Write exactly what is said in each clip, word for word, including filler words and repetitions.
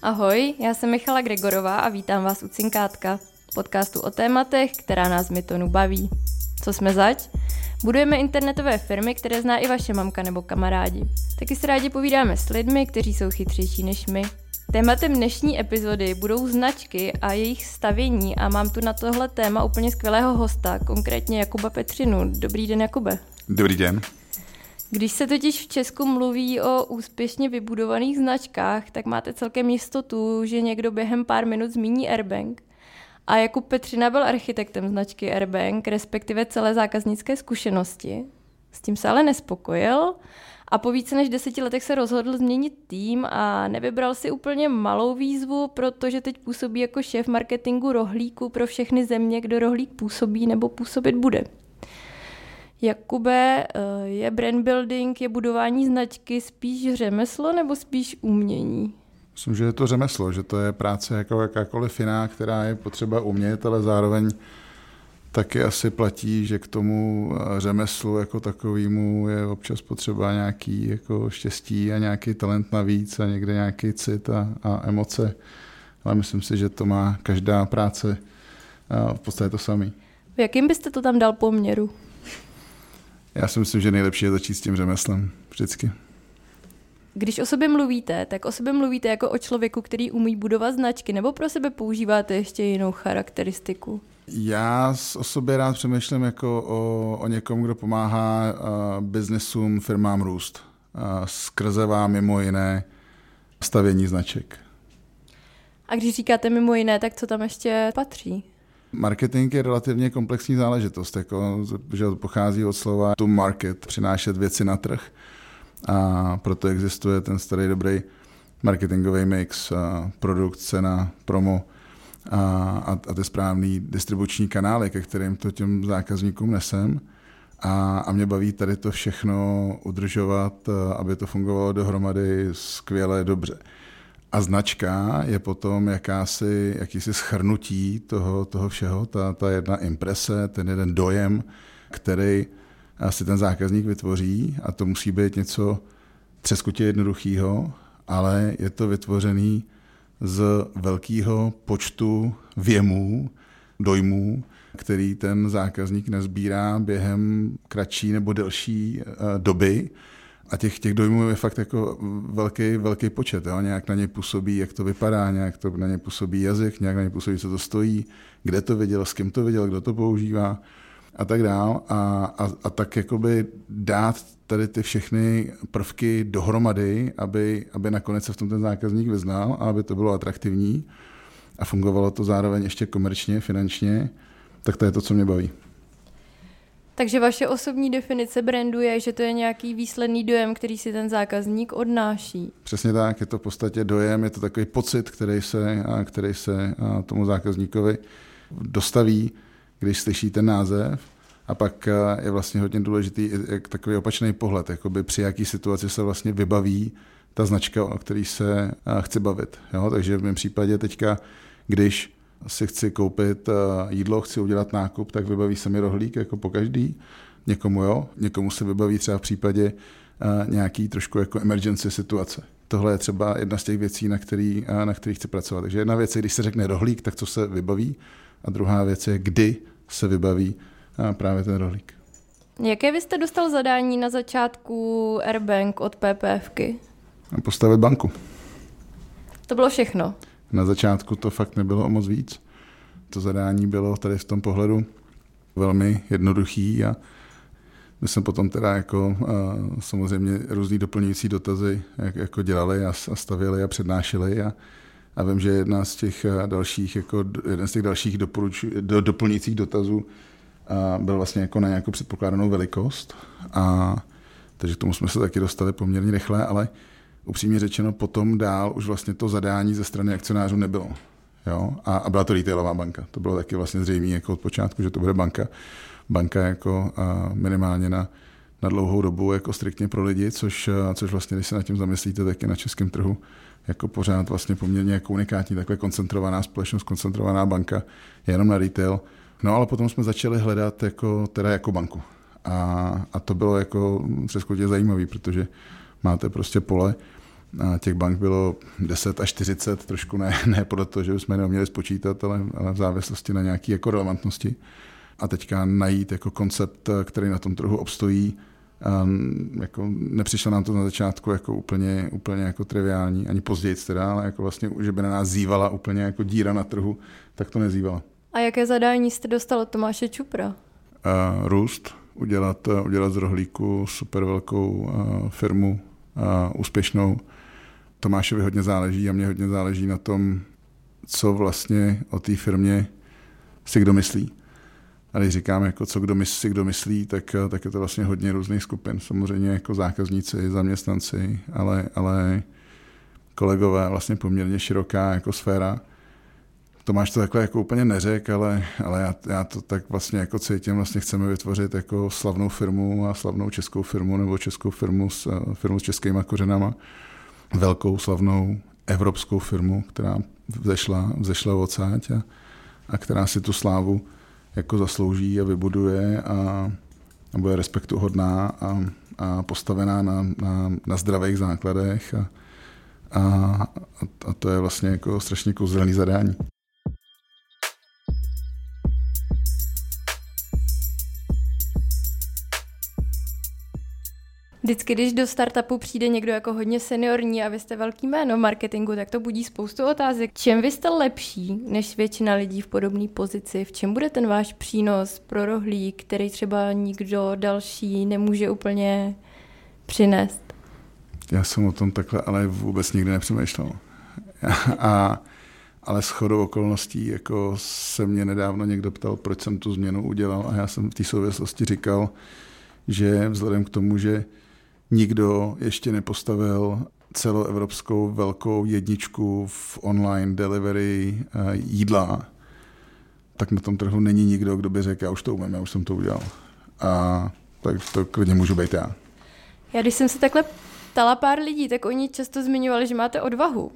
Ahoj, já jsem Michala Gregorová a vítám vás u Cinkátka, podcastu o tématech, která nás Mytonu baví. Co jsme zač? Budujeme internetové firmy, které zná i vaše mamka nebo kamarádi. Taky si rádi povídáme s lidmi, kteří jsou chytřejší než my. Tématem dnešní epizody budou značky a jejich stavění a mám tu na tohle téma úplně skvělého hosta, konkrétně Jakuba Petřinu. Dobrý den, Jakube. Dobrý den. Když se totiž v Česku mluví o úspěšně vybudovaných značkách, tak máte celkem jistotu, že někdo během pár minut zmíní Airbank. A Jakub Petřina byl architektem značky Airbank, respektive celé zákaznické zkušenosti. S tím se ale nespokojil a po více než deseti letech se rozhodl změnit tým a nevybral si úplně malou výzvu, protože teď působí jako šéf marketingu rohlíku pro všechny země, kdo rohlík působí nebo působit bude. Jakube, je brand building, je budování značky spíš řemeslo nebo spíš umění? Myslím, že je to řemeslo, že to je práce jako jakákoliv jiná, která je potřeba umět, ale zároveň taky asi platí, že k tomu řemeslu jako takovému je občas potřeba nějaký jako štěstí a nějaký talent navíc a někde nějaký cit a, a emoce. Ale myslím si, že to má každá práce v podstatě to samý. V jakým byste to tam dal poměru? Já si myslím, že nejlepší je začít s tím řemeslem vždycky. Když o sobě mluvíte, tak o sobě mluvíte jako o člověku, který umí budovat značky, nebo pro sebe používáte ještě jinou charakteristiku? Já o sobě rád přemýšlím jako o, o někom, kdo pomáhá uh, biznesům, firmám růst. Uh, skrze vám mimo jiné stavění značek. A když říkáte mimo jiné, tak co tam ještě patří? Marketing je relativně komplexní záležitost, jako, že pochází od slova to market, přinášet věci na trh. A proto existuje ten starý dobrý marketingový mix, produkt, cena, promo a, a ty správný distribuční kanály, ke kterým to těm zákazníkům nesem. A, a mě baví tady to všechno udržovat, aby to fungovalo dohromady skvěle, dobře. A značka je potom jakási, jakýsi shrnutí toho, toho všeho, ta, ta jedna imprese, ten jeden dojem, který si ten zákazník vytvoří, a to musí být něco třeskutě jednoduchého, ale je to vytvořený z velkého počtu věmů, dojmů, který ten zákazník nazbírá během kratší nebo delší doby. A těch, těch dojmů je fakt jako velký, velký počet. Jo? Nějak na ně působí, jak to vypadá, nějak to na ně působí jazyk, nějak na ně působí, co to stojí, kde to viděl, s kým to viděl, kdo to používá a tak dál. A, a, a tak jakoby dát tady ty všechny prvky dohromady, aby, aby nakonec se v tom ten zákazník vyznal a aby to bylo atraktivní a fungovalo to zároveň ještě komerčně, finančně, tak to je to, co mě baví. Takže vaše osobní definice brandu je, že to je nějaký výsledný dojem, který si ten zákazník odnáší. Přesně tak, je to v podstatě dojem, je to takový pocit, který se, který se tomu zákazníkovi dostaví, když slyší ten název. A pak je vlastně hodně důležitý jak takový opačný pohled, jakoby při jaký situaci se vlastně vybaví ta značka, o který se chci bavit. Jo? Takže v mém případě teďka, když si chci koupit jídlo, chci udělat nákup, tak vybaví se mi rohlík jako po každý. Někomu jo, někomu se vybaví třeba v případě nějaký trošku jako emergency situace. Tohle je třeba jedna z těch věcí, na který, na který chci pracovat. Takže jedna věc je, když se řekne rohlík, tak co se vybaví, a druhá věc je, kdy se vybaví právě ten rohlík. Jaké vy jste dostal zadání na začátku Airbank od PPFky? Postavit banku. To bylo všechno. Na začátku to fakt nebylo o moc víc. To zadání bylo tady v tom pohledu velmi jednoduchý a my jsme potom teda jako samozřejmě různý doplňující dotazy jako dělali a stavěli a přednášeli a, a vím, že jedna z těch dalších, jako jeden z těch dalších doporuč, do, doplňujících dotazů byl vlastně jako na nějakou předpokládanou velikost a takže k tomu jsme se taky dostali poměrně rychle, ale upřímně řečeno, potom dál už vlastně to zadání ze strany akcionářů nebylo. Jo? A, a byla to retailová banka. To bylo taky vlastně zřejmé jako od počátku, že to bude banka. Banka jako a minimálně na, na dlouhou dobu jako striktně pro lidi, což, což vlastně, když se nad tím zamyslíte, tak je na českém trhu jako pořád vlastně poměrně jako unikátní, takhle koncentrovaná společnost, koncentrovaná banka, jenom na retail. No ale potom jsme začali hledat jako, teda jako banku. A, a to bylo jako přeskutě zajímavé, protože máte prostě pole, A těch bank bylo deset až čtyřicet, trošku ne, ne podle toho, že jsme neuměli spočítat, ale, ale v závislosti na nějaké jako relevantnosti. A teďka najít jako koncept, který na tom trhu obstojí, um, jako nepřišlo nám to na začátku jako úplně, úplně jako triviální, ani později teda, ale jako vlastně, že by na nás zívala úplně jako díra na trhu, tak to nezívala. A jaké zadání jste dostal od Tomáše Čupra? Uh, růst, udělat, uh, udělat z rohlíku super velkou uh, firmu, uh, úspěšnou. Tomášovi hodně záleží a mně hodně záleží na tom, co vlastně o té firmě si kdo myslí. A když říkám, jako co kdo myslí, kdo myslí, tak, tak je to vlastně hodně různých skupin. Samozřejmě jako zákazníci, zaměstnanci, ale, ale kolegové, vlastně poměrně široká jako sféra. Tomáš to takhle jako úplně neřek, ale, ale já, já to tak vlastně jako cítím, vlastně chceme vytvořit jako slavnou firmu a slavnou českou firmu nebo českou firmu s, firmu s českýma kořenama. Velkou, slavnou evropskou firmu, která vzešla, vzešla odsáď a, a která si tu slávu jako zaslouží a vybuduje a, a bude respektuhodná a, a postavená na, na, na zdravých základech a, a, a to je vlastně jako strašně kouzelný zadání. Vždycky, když do startupu přijde někdo jako hodně seniorní a vy jste velký jméno v marketingu, tak to budí spoustu otázek. Čem vy jste lepší než většina lidí v podobné pozici? V čem bude ten váš přínos pro rohlík, který třeba nikdo další nemůže úplně přinést? Já jsem o tom takhle ale vůbec nikdy nepřemýšlel. A, ale shodou okolností jako se mě nedávno někdo ptal, proč jsem tu změnu udělal a já jsem v té souvislosti říkal, že vzhledem k tomu, že nikdo ještě nepostavil celoevropskou velkou jedničku v online delivery jídla, tak na tom trhu není nikdo, kdo by řekl, já už to umím, já už jsem to udělal. A tak to klidně můžu být já. Já když jsem se takhle ptala pár lidí, tak oni často zmiňovali, že máte odvahu.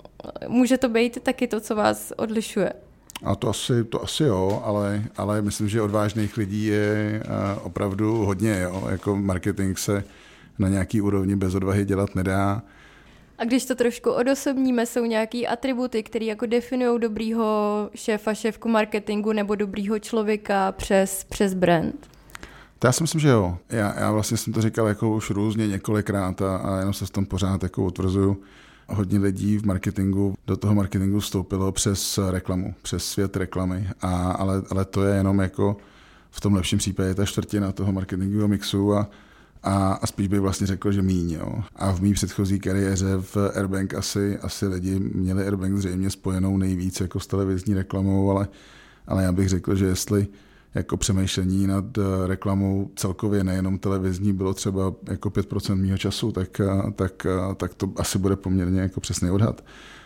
Může to být taky to, co vás odlišuje? A to asi, to asi jo, ale, ale myslím, že odvážných lidí je opravdu hodně. Jo. Jako marketing se na nějaký úrovni bez odvahy dělat nedá. A když to trošku odosobníme, jsou nějaký atributy, které jako definují dobrýho šéfa, šéfku marketingu nebo dobrýho člověka přes, přes brand? To já si myslím, že jo. Já, já vlastně jsem to říkal jako už různě několikrát a, a jenom se v tom pořád jako utvrzuju. Hodně lidí v marketingu, do toho marketingu vstoupilo přes reklamu, přes svět reklamy, a, ale, ale to je jenom jako v tom lepším případě ta čtvrtina toho marketingového mixu a, a, a spíš bych vlastně řekl, že míň. Jo. A v mý předchozí kariéře v Airbank asi, asi lidi měli Airbank zřejmě spojenou nejvíc jako s televizní reklamou, ale, ale já bych řekl, že jestli jako přemýšlení nad reklamou celkově nejenom televizní bylo třeba jako pět procent mýho času, tak, tak, tak to asi bude poměrně jako přesný odhad.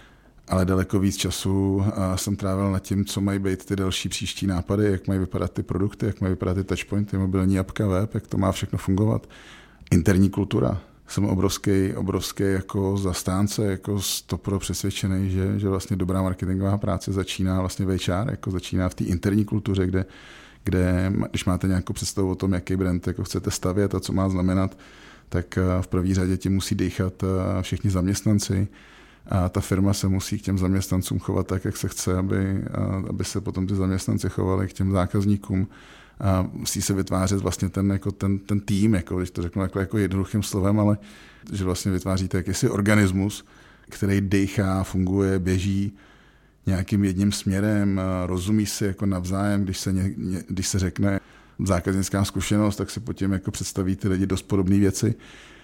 Ale daleko víc času jsem trávil nad tím, co mají být ty další příští nápady, jak mají vypadat ty produkty, jak mají vypadat ty touchpointy, mobilní apka, web, jak to má všechno fungovat. Interní kultura. Jsem obrovský, obrovský jako zastánce, jako stopro přesvědčený, že, že vlastně dobrá marketingová práce začíná vlastně v H R, jako začíná v té interní kultuře, kde kde když máte nějakou představu o tom, jaký brand jako chcete stavět a co má znamenat, tak v první řadě ti musí dýchat všichni zaměstnanci a ta firma se musí k těm zaměstnancům chovat tak, jak se chce, aby, aby se potom ty zaměstnanci chovali k těm zákazníkům. A musí se vytvářet vlastně ten, jako ten, ten tým, jako, když to řeknu jako, jako jednoduchým slovem, ale že vlastně vytváříte jakýsi organismus, který dýchá, funguje, běží nějakým jedním směrem, rozumí si jako navzájem, když se, ně, když se řekne zákaznická zkušenost, tak si pod tím jako představí ty lidi dost podobné věci.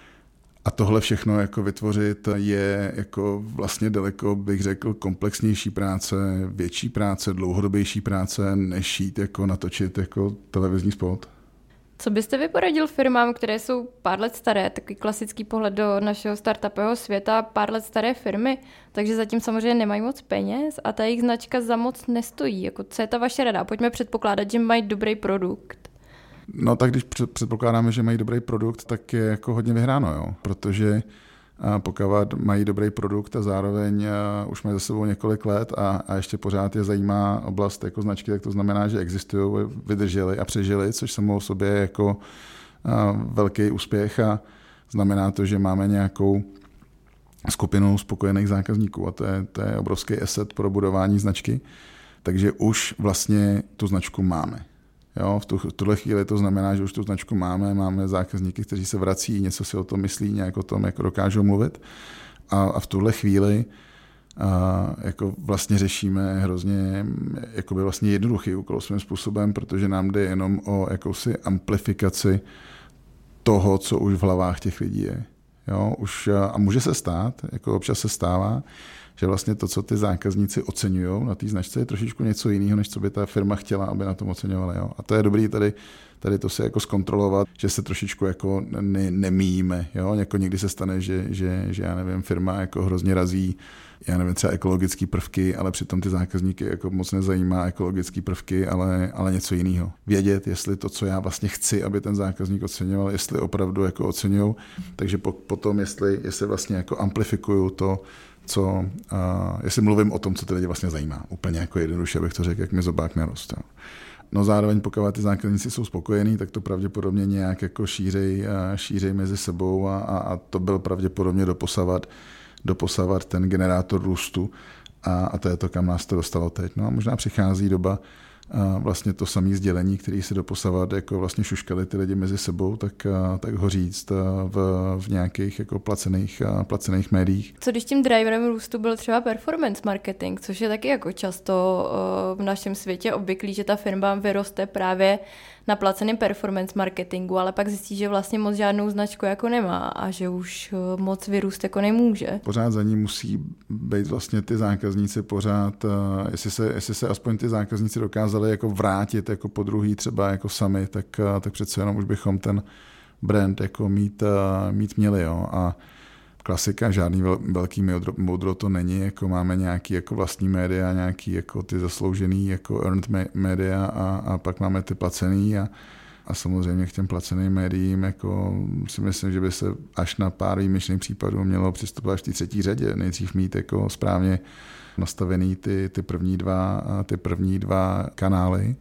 A tohle všechno jako vytvořit je jako vlastně daleko, bych řekl, komplexnější práce, větší práce, dlouhodobější práce, než jít jako natočit jako televizní spot. Co byste vy poradil firmám, které jsou pár let staré, takový klasický pohled do našeho startupového světa, pár let staré firmy, takže zatím samozřejmě nemají moc peněz a ta jejich značka za moc nestojí. Jako, co je ta vaše rada? Pojďme předpokládat, že mají dobrý produkt. No tak když předpokládáme, že mají dobrý produkt, tak je jako hodně vyhráno, jo? Protože pokud mají dobrý produkt a zároveň už mají za sebou několik let a, a ještě pořád je zajímá oblast jako značky, tak to znamená, že existují, vydrželi a přežili, což samo o sobě je jako velký úspěch a znamená to, že máme nějakou skupinou spokojených zákazníků a to je, to je obrovský asset pro budování značky. Takže už vlastně tu značku máme. Jo, v, tu, v tuhle chvíli to znamená, že už tu značku máme, máme zákazníky, kteří se vrací, něco si o tom myslí, nějak o tom jako dokážou mluvit. A, a v tuhle chvíli a, jako vlastně řešíme hrozně jakoby vlastně jednoduchý úkol svým způsobem, protože nám jde jenom o jakousi amplifikaci toho, co už v hlavách těch lidí je. Jo, už, a může se stát, jako občas se stává, že vlastně to, co ty zákazníci oceňují na té značce, je trošičku něco jiného, než co by ta firma chtěla, aby na tom oceňovali. Jo. A to je dobrý tady, tady to si jako zkontrolovat, že se trošičku jako ne, nemíjíme. Jo. Jako někdy se stane, že, že, že já nevím, firma jako hrozně razí, já nevím, třeba ekologické prvky, ale přitom ty zákazníky jako moc nezajímá ekologické prvky, ale, ale něco jiného. Vědět, jestli to, co já vlastně chci, aby ten zákazník oceňoval, jestli opravdu jako oceňují, takže po, potom, jestli, jestli vlastně jako amplifikuju to, co, uh, jestli mluvím o tom, co ty lidi vlastně zajímá. Úplně jako jednoduše, abych to řekl, jak mi zobák nerost. Jo. No zároveň, pokud ty zákazníci jsou spokojení, tak to pravděpodobně nějak jako šířej, uh, šířej mezi sebou a, a, a to byl pravděpodobně doposavat, doposavat ten generátor růstu a, a to je to, kam nás to dostalo teď. No a možná přichází doba, vlastně to samé sdělení, který se doposavat jako vlastně šuškali ty lidi mezi sebou, tak, tak ho říct v, v nějakých jako placených, placených médiích. Co když tím driverem růstu byl třeba performance marketing, což je taky jako často v našem světě obvyklý, že ta firma vyroste právě na placeném performance marketingu, ale pak zjistí, že vlastně moc žádnou značku jako nemá a že už moc vyrůst jako nemůže. Pořád za ní musí být vlastně ty zákazníci pořád, jestli se, jestli se aspoň ty zákazníci dokázali jako vrátit jako po druhý třeba jako sami, tak, tak přece jenom už bychom ten brand jako mít, mít měli. Jo. A klasika, žádný velký moudro to není, jako máme nějaký jako vlastní média, nějaký jako ty zasloužený jako earned média a, a pak máme ty placený a, a samozřejmě k těm placeným médiím jako si myslím, že by se až na pár výjimečných případů mělo přistupovat až v té třetí řadě, nejdřív mít jako správně nastavený ty, ty, první dva, ty první dva kanály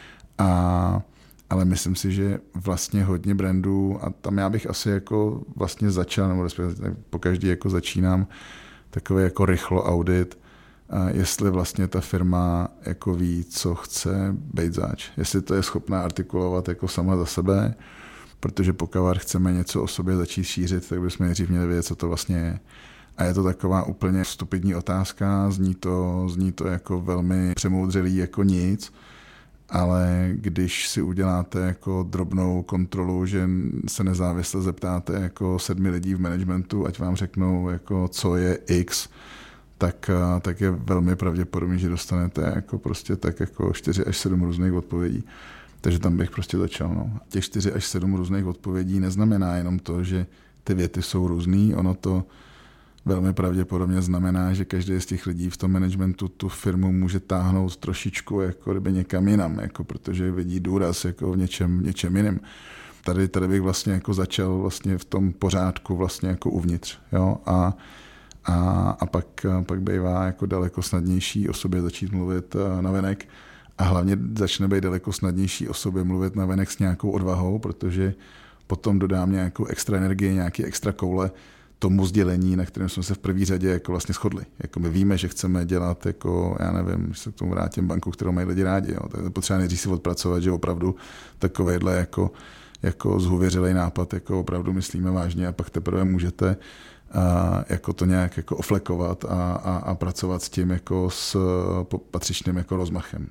a ale myslím si, že vlastně hodně brandů a tam já bych asi jako vlastně začal, nebo respektive pokaždý jako začínám takový jako rychlo audit, jestli vlastně ta firma jako ví, co chce být zač. Jestli to je schopná artikulovat jako sama za sebe, protože pokud chceme něco o sobě začít šířit, tak bychom nejdřív měli vědět, co to vlastně je. A je to taková úplně stupidní otázka, zní to, zní to jako velmi přemoudřelý jako nic, ale když si uděláte jako drobnou kontrolu, že se nezávisle zeptáte jako sedmi lidí v managementu, ať vám řeknou, jako co je X, tak, tak je velmi pravděpodobné, že dostanete jako prostě tak jako čtyři až sedm různých odpovědí. Takže tam bych prostě začal. No. Těch čtyři až sedm různých odpovědí neznamená jenom to, že ty věty jsou různý, ono to velmi pravděpodobně znamená, že každý z těch lidí v tom managementu tu firmu může táhnout trošičku jako kdyby někam jinam, jako protože vidí důraz jako v něčem, něčem jiném. Tady, tady bych vlastně jako začal vlastně v tom pořádku vlastně jako uvnitř. Jo? A, a, a pak, pak bývá jako daleko snadnější o sobě začít mluvit navenek a hlavně začne být daleko snadnější o sobě mluvit navenek s nějakou odvahou, protože potom dodám nějakou extra energii, nějaký extra koule tomu sdělení, na kterém jsme se v první řadě jako vlastně shodli. Jako my víme, že chceme dělat jako, já nevím, že se k tomu vrátím, banku, kterou mají lidi rádi. Jo. Tak potřeba nejdřív si odpracovat, že opravdu takovejhle jako, jako zhuvěřilej nápad jako opravdu myslíme vážně a pak teprve můžete a, jako to nějak jako oflekovat a, a, a pracovat s tím jako s patřičným jako rozmachem.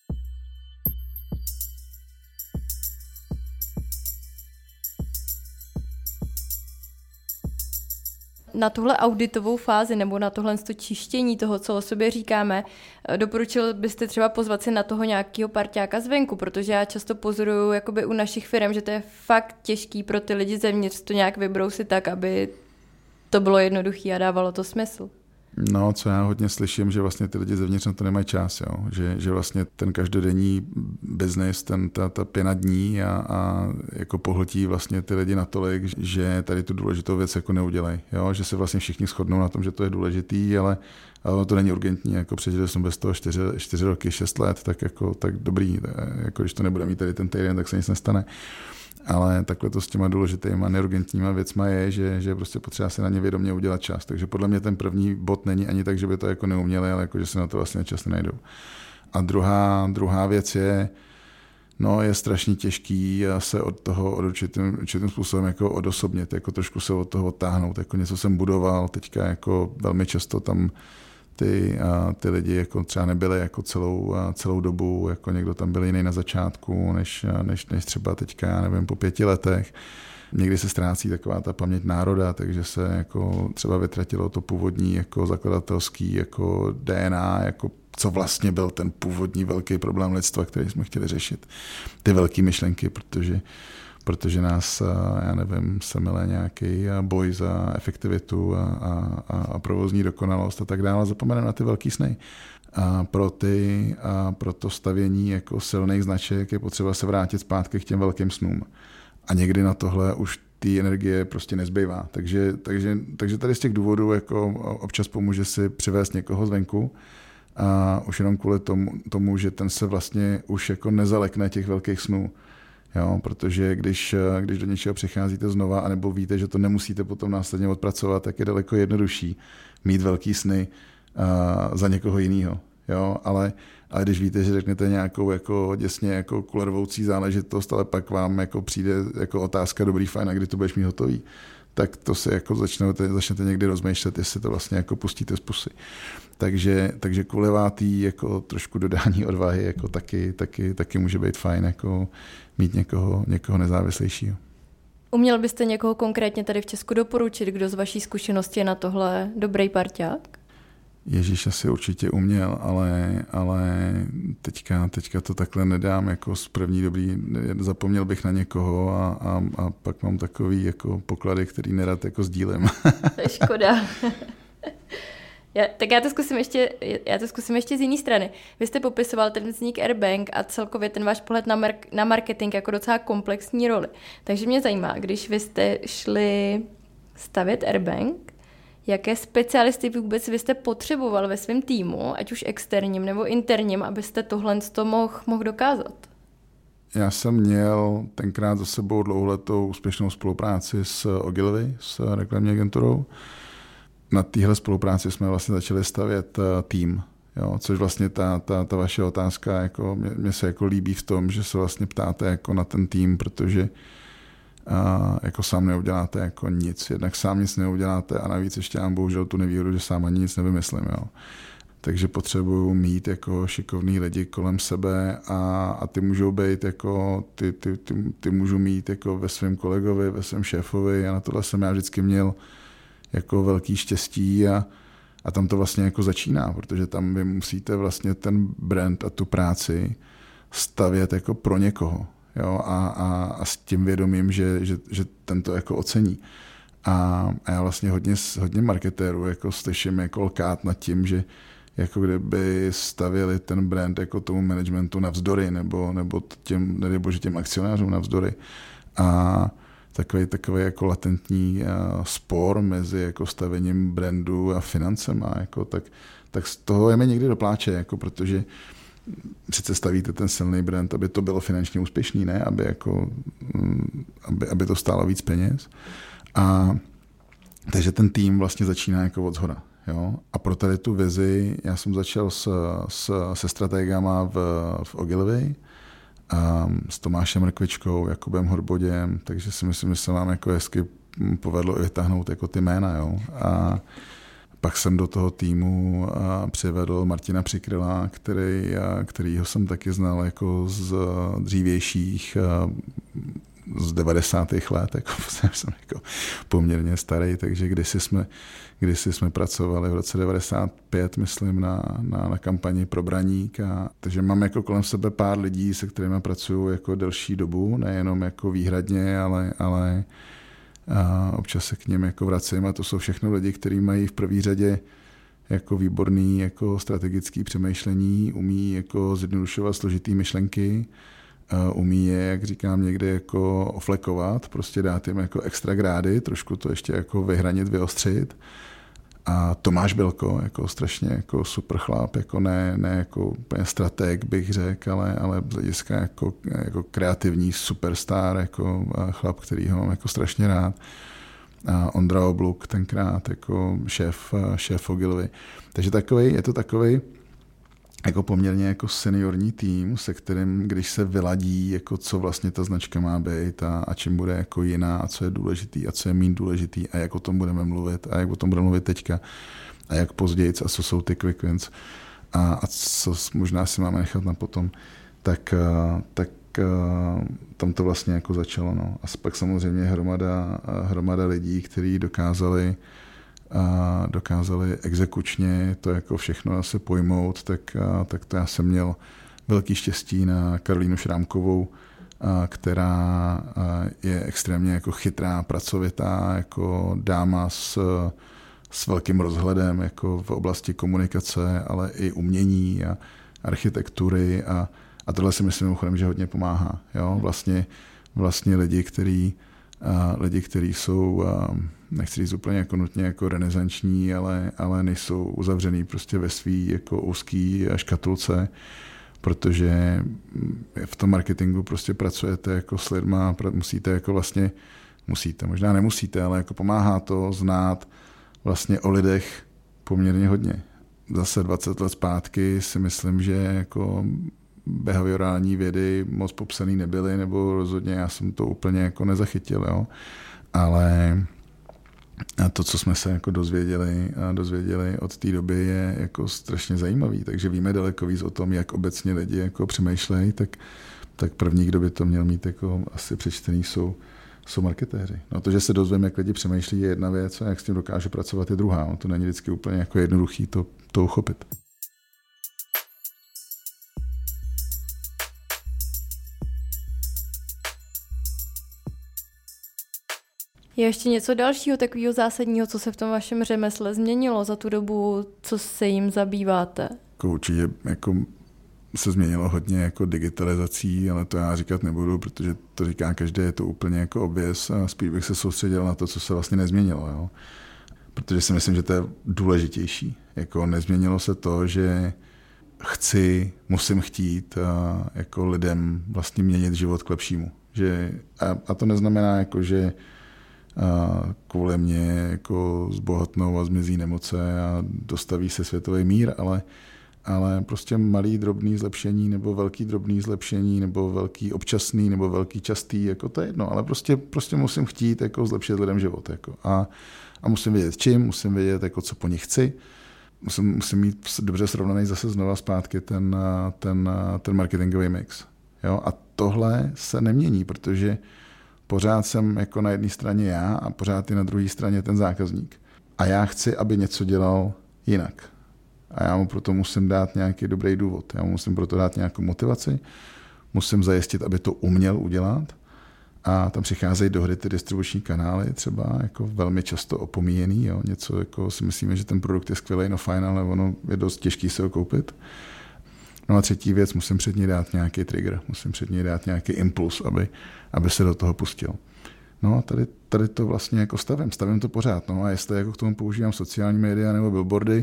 Na tuhle auditovou fázi nebo na tohle čištění toho, co o sobě říkáme, doporučil byste třeba pozvat si na toho nějakého parťáka zvenku, protože já často pozoruju jakoby u našich firm, že to je fakt těžký pro ty lidi zevnitř to nějak vybrousit tak, aby to bylo jednoduché a dávalo to smysl. No, co já hodně slyším, že vlastně ty lidi zevnitř na to nemají čas, jo? Že, že vlastně ten každodenní biznis, ten, ta, ta pěna dní a, a jako pohltí vlastně ty lidi natolik, že tady tu důležitou věc jako neudělají, jo? Že se vlastně všichni shodnou na tom, že to je důležitý, ale, ale to není urgentní, jako přežili jsme bez toho čtyři, čtyři roky, šest let, tak jako tak dobrý, jako když to nebude mít tady ten týden, tak se nic nestane. Ale takhle to s těma důležitýma neurgentníma věcma je, že, že prostě potřeba se na ně vědomě udělat čas. Takže podle mě ten první bod není ani tak, že by to jako neuměli, ale jako, že se na to vlastně čas nenajdou. A druhá, druhá věc je, no je strašně těžký se od toho od určitým, určitým způsobem jako odosobnit, jako trošku se od toho odtáhnout. Jako něco jsem budoval, teďka jako velmi často tam ty, ty lidi jako třeba nebyli jako celou, celou dobu, jako někdo tam byl jiný na začátku, než, než, než třeba teďka, já nevím, po pěti letech. Někdy se ztrácí taková ta paměť národa, takže se jako třeba vytratilo to původní jako zakladatelský jako D N A, jako co vlastně byl ten původní velký problém lidstva, který jsme chtěli řešit. Ty velké myšlenky, protože, protože nás, já nevím, semele nějaký boj za efektivitu a, a, a provozní dokonalost a tak dále. Zapomeneme na ty velký sny. A pro, ty, a pro to stavění jako silných značek je potřeba se vrátit zpátky k těm velkým snům. A někdy na tohle už té energie prostě nezbývá. Takže, takže, takže tady z těch důvodů jako občas pomůže si přivést někoho zvenku, a už jenom kvůli tomu, tomu, že ten se vlastně už jako nezalekne těch velkých snů. Jo, protože když, když do něčeho přicházíte znova, anebo víte, že to nemusíte potom následně odpracovat, tak je daleko jednodušší mít velký sny uh, za někoho jiného. Jo, ale, ale když víte, že řeknete nějakou jako děsně jako kulervoucí záležitost, ale pak vám jako přijde jako otázka dobrý, fajn, a kdy to budeš mít hotový, tak to se jako začnete, začnete někdy rozmýšlet, jestli to vlastně jako pustíte z pusy. Takže, takže kulevátý jako trošku dodání odvahy jako taky, taky, taky může být fajn jako mít někoho, někoho nezávislejšího. Uměl byste někoho konkrétně tady v Česku doporučit, kdo z vaší zkušenosti je na tohle dobrý parťák? Ježíš asi určitě uměl, ale, ale teďka, teďka to takhle nedám jako z první dobrý, zapomněl bych na někoho a, a, a pak mám takový jako poklady, který nerad jako sdílím. To je škoda. Já, tak já to, zkusím ještě, já to zkusím ještě z jiné strany. Vy jste popisoval ten vznik Airbank a celkově ten váš pohled na, mar- na marketing jako docela komplexní roli. Takže mě zajímá, když vy jste šli stavět Airbank, jaké specialisty vůbec vy jste potřeboval ve svém týmu, ať už externím nebo interním, abyste tohle mohl mohl dokázat? Já jsem měl tenkrát za sebou dlouholetou úspěšnou spolupráci s Ogilvy, s reklamní agenturou. Na téhle spolupráci jsme vlastně začali stavět tým, jo, což vlastně ta, ta, ta vaše otázka, jako mě, mě se jako líbí v tom, že se vlastně ptáte jako na ten tým, protože a, jako sám neuděláte jako nic. Jednak sám nic neuděláte a navíc ještě mám bohužel tu nevýhodu, že sám ani nic nevymyslím. Jo. Takže potřebuju mít jako šikovný lidi kolem sebe a, a ty můžou být jako, ty, ty, ty, ty můžu mít jako ve svém kolegovi, ve svém šéfovi a na tohle jsem já vždycky měl jako velký štěstí a, a tam to vlastně jako začíná, protože tam vy musíte vlastně ten brand a tu práci stavět jako pro někoho, jo, a, a, a s tím vědomím, že, že, že ten to jako ocení. A, a já vlastně hodně, hodně marketérů jako slyším jako lkát nad tím, že jako kdyby stavěli ten brand jako tomu managementu navzdory, nebo, nebo těm, nedejbože těm akcionářům navzdory. A takový, takový jako latentní uh, spor mezi jako stavením brandu a financema, jako, tak, tak z toho je mi někdy dopláče, jako, protože přece stavíte ten silný brand, aby to bylo finančně úspěšný, ne? Aby, jako, um, aby, aby to stálo víc peněz. A takže ten tým vlastně začíná jako od zhora. Jo? A pro tady tu vizi já jsem začal s, s, se strategama v, v Ogilvy, Um, s Tomášem Rkvičkou, Jakubem Horboděm, takže si myslím, že se vám jako hezky povedlo i vytáhnout jako ty jména. Jo. A pak jsem do toho týmu uh, přivedl Martina Přikryla, který, uh, kterýho jsem taky znal jako z dřívějších, uh, z devadesátých let, jako jsem jako poměrně starý, takže kdysi jsme, kdysi jsme pracovali v roce devadesát pět, myslím, na, na, na kampani pro Braník. A, takže mám jako kolem sebe pár lidí, se kterými pracuju jako delší dobu, nejenom jako výhradně, ale, ale a občas se k nim jako vracím a to jsou všechno lidi, kteří mají v první řadě jako výborný jako strategický přemýšlení, umí jako zjednodušovat složitý myšlenky, umí je, jak říkám, někde jako oflekovat, prostě dát jim jako extra grády, trošku to ještě jako vyhranit, vyostřit A Tomáš Bilko, jako strašně jako super chlap, jako ne, ne jako úplně strateg bych řekl, ale, ale z hlediska jako, jako kreativní superstar, jako chlap, který ho mám jako strašně rád. A Ondra Obluk tenkrát jako šéf, šéf Ogilvy. Takže takovej, je to takovej jako poměrně jako seniorní tým, se kterým, když se vyladí, jako co vlastně ta značka má být a, a čím bude jako jiná a co je důležitý a co je méně důležitý a jak o tom budeme mluvit a jak o tom budeme mluvit teďka a jak později a co jsou ty quick wins a, a co možná si máme nechat na potom, tak, tak tam to vlastně jako začalo. No. A pak samozřejmě hromada, hromada lidí, kteří dokázali a dokázali exekučně to jako všechno se pojmout, tak, a, tak to já jsem měl velký štěstí na Karolínu Šrámkovou, a, která a, je extrémně jako chytrá, pracovitá, jako dáma s, s velkým rozhledem jako v oblasti komunikace, ale i umění a architektury a, a tohle si myslím, že hodně pomáhá. Jo? Vlastně, vlastně lidi, kteří Uh, lidi, kteří jsou, uh, nechci říct úplně jako nutně jako renesanční, ale, ale nejsou uzavřený prostě ve svý jako úzký škatulce, protože v tom marketingu prostě pracujete jako s lidma, musíte jako vlastně, musíte, možná nemusíte, ale jako pomáhá to znát vlastně o lidech poměrně hodně. Zase dvacet let zpátky si myslím, že jako behaviorální vědy moc popsaný nebyly, nebo rozhodně já jsem to úplně jako nezachytil, jo. Ale to, co jsme se jako dozvěděli, dozvěděli od té doby, je jako strašně zajímavý, takže víme daleko víc o tom, jak obecně lidi jako přemýšlejí, tak, tak první, kdo by to měl mít jako asi přečtený, jsou, jsou marketéři. No to, že se dozvím, jak lidi přemýšlí, je jedna věc a jak s tím dokážu pracovat, je druhá. No, to není vždycky úplně jako jednoduchý to, to uchopit. Je ještě něco dalšího takového zásadního, co se v tom vašem řemesle změnilo za tu dobu, co se jim zabýváte? Jako určitě jako se změnilo hodně jako digitalizací, ale to já říkat nebudu, protože to říká každý, je to úplně jako obvěz a spíš bych se soustředil na to, co se vlastně nezměnilo. Jo? Protože si myslím, že to je důležitější. Jako nezměnilo se to, že chci, musím chtít a jako lidem vlastně měnit život k lepšímu. Že, a, a to neznamená, jako, že a kvůli mě jako zbohatnou a zmizí nemoce a dostaví se světový mír, ale, ale prostě malý drobný zlepšení nebo velký drobný zlepšení nebo velký občasný nebo velký častý, jako to je jedno, ale prostě, prostě musím chtít jako zlepšit lidem život. Jako. A, a musím vědět čím, musím vědět, jako, co po nich chci, musím, musím mít dobře srovnaný zase znova zpátky ten, ten, ten marketingový mix. Jo? A tohle se nemění, protože pořád jsem jako na jedné straně já a pořád je na druhé straně ten zákazník. A já chci, aby něco dělal jinak. A já mu proto musím dát nějaký dobrý důvod. Já mu musím proto dát nějakou motivaci, musím zajistit, aby to uměl udělat. A tam přicházejí do hry ty distribuční kanály, třeba jako velmi často opomíjený. Jo. Něco jako si myslíme, že ten produkt je skvělý, no fajn, ale ono je dost těžký se ho koupit. No a třetí věc, musím před ní dát nějaký trigger, musím před ní dát nějaký impuls, aby, aby se do toho pustil. No a tady, tady to vlastně jako stavím, stavím to pořád. No a jestli jako k tomu používám sociální média nebo billboardy,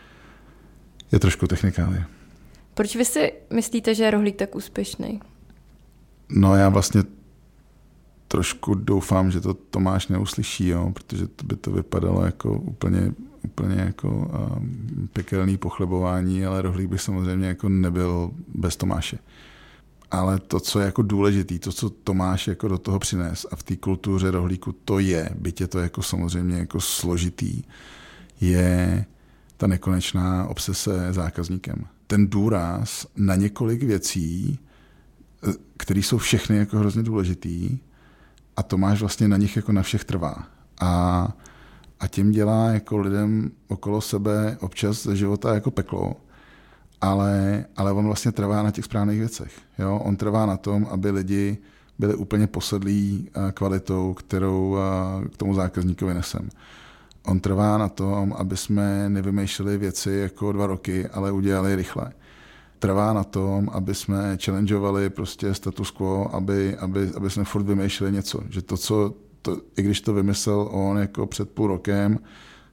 je trošku technikálie. Proč vy si myslíte, že je Rohlík tak úspěšný? No já vlastně trošku doufám, že to Tomáš neuslyší, jo, protože to by to vypadalo jako úplně, úplně jako um, pekelný pochlebování, ale Rohlík by samozřejmě jako nebyl bez Tomáše. Ale to, co je jako důležitý, to, co Tomáš jako do toho přines a v té kultuře Rohlíku to je, byť je to jako samozřejmě jako složitý, je ta nekonečná obsese zákazníkem. Ten důraz na několik věcí, které jsou všechny jako hrozně důležitý, a Tomáš vlastně na nich jako na všech trvá. A, a tím dělá jako lidem okolo sebe občas ze života jako peklo, ale, ale on vlastně trvá na těch správných věcech. Jo? On trvá na tom, aby lidi byli úplně posedlí kvalitou, kterou k tomu zákazníkovi nesem. On trvá na tom, aby jsme nevymýšleli věci jako dva roky, ale udělali rychle. Trvá na tom, aby jsme challengeovali prostě status quo, aby, aby, aby jsme furt vymýšleli něco. Že to, co, to, i když to vymyslel on jako před půl rokem,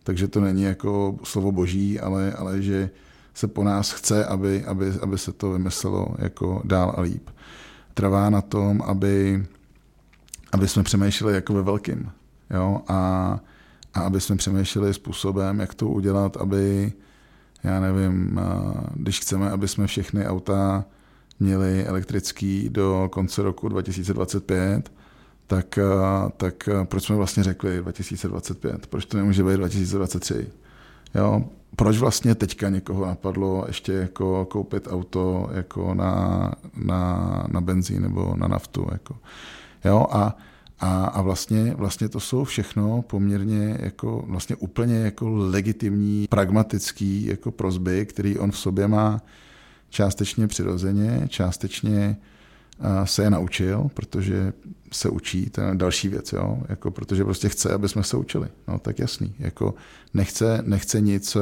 takže to není jako slovo boží, ale, ale že se po nás chce, aby, aby, aby se to vymyslelo jako dál a líp. Trvá na tom, aby, aby jsme přemýšleli jako ve velkým. Jo? A, a aby jsme přemýšleli způsobem, jak to udělat, aby, já nevím, když chceme, aby jsme všechny auta měli elektrický do konce roku dva tisíce dvacet pět, tak, tak proč jsme vlastně řekli dva tisíce dvacet pět? Proč to nemůže být dva tisíce dvacet tři? Jo? Proč vlastně teďka někoho napadlo ještě jako koupit auto jako na, na, na benzín nebo na naftu? Jako. Jo? A, a, a vlastně, vlastně to jsou všechno poměrně jako vlastně úplně jako legitimní, pragmatický jako prosby, který on v sobě má částečně přirozeně, částečně se je naučil, protože se učí, to je další věc, jo? Jako, protože prostě chce, aby jsme se učili. No, tak jasný. Jako, nechce, nechce nic,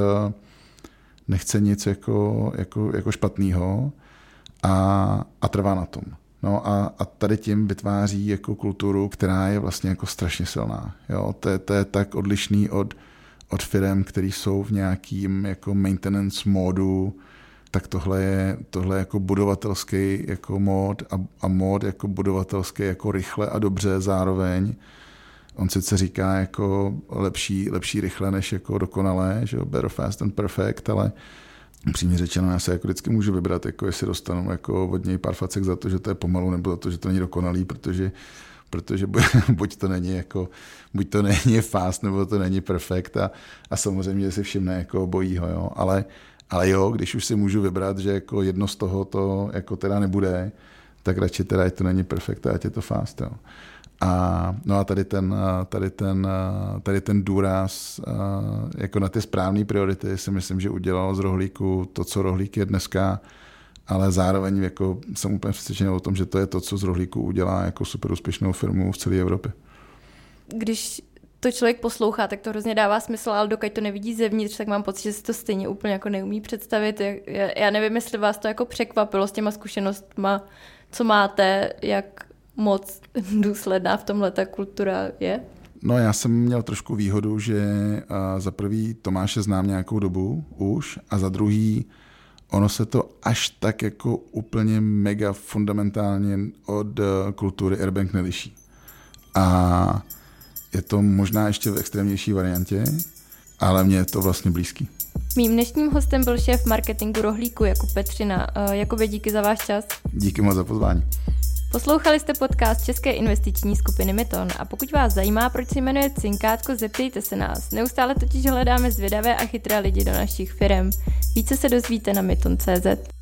nechce nic jako, jako, jako špatného a, a trvá na tom. No a, a tady tím vytváří jako kulturu, která je vlastně jako strašně silná. Jo? To, to je tak odlišný od, od firem, které jsou v nějakým jako maintenance módu, tak tohle je, tohle je jako budovatelský jako mód a, a mód jako budovatelský jako rychle a dobře zároveň. On sice říká jako lepší, lepší rychle než jako dokonalé, že jo, better fast and perfect, ale upřímně řečeno, já se jako vždycky můžu vybrat, jako jestli dostanu jako od něj pár facek za to, že to je pomalu, nebo za to, že to není dokonalý, protože, protože buď to není jako, buď to není fast, nebo to není perfect a, a samozřejmě si všimne jako bojího, jo, ale Ale jo, když už si můžu vybrat, že jako jedno z toho to jako teda nebude, tak radši teda, ať to není perfekt, ať je to fast. Jo. A, no a tady ten, tady ten, tady ten důraz jako na ty správné priority si myslím, že udělal z rohlíku to, co rohlík je dneska, ale zároveň jako jsem úplně přesvědčený o tom, že to je to, co z rohlíku udělá jako super úspěšnou firmu v celé Evropě. Když to člověk poslouchá, tak to hrozně dává smysl, ale dokud to nevidí zevnitř, tak mám pocit, že si to stejně úplně jako neumí představit. Já nevím, jestli vás to jako překvapilo s těma zkušenostma, co máte, jak moc důsledná v tomhle ta kultura je? No já jsem měl trošku výhodu, že za prvý Tomáše znám nějakou dobu už a za druhý ono se to až tak jako úplně mega fundamentálně od kultury Airbank neliší. A je to možná ještě v extrémnější variantě, ale mně je to vlastně blízký. Mým dnešním hostem byl šéf marketingu rohlíku Jakub Petřina. Jakube, díky za váš čas. Díky moc za pozvání. Poslouchali jste podcast české investiční skupiny Myton a pokud vás zajímá, proč se jmenuje Cinkátko, zeptejte se nás. Neustále totiž hledáme zvědavé a chytré lidi do našich firem. Více se dozvíte na myton tečka cé zet.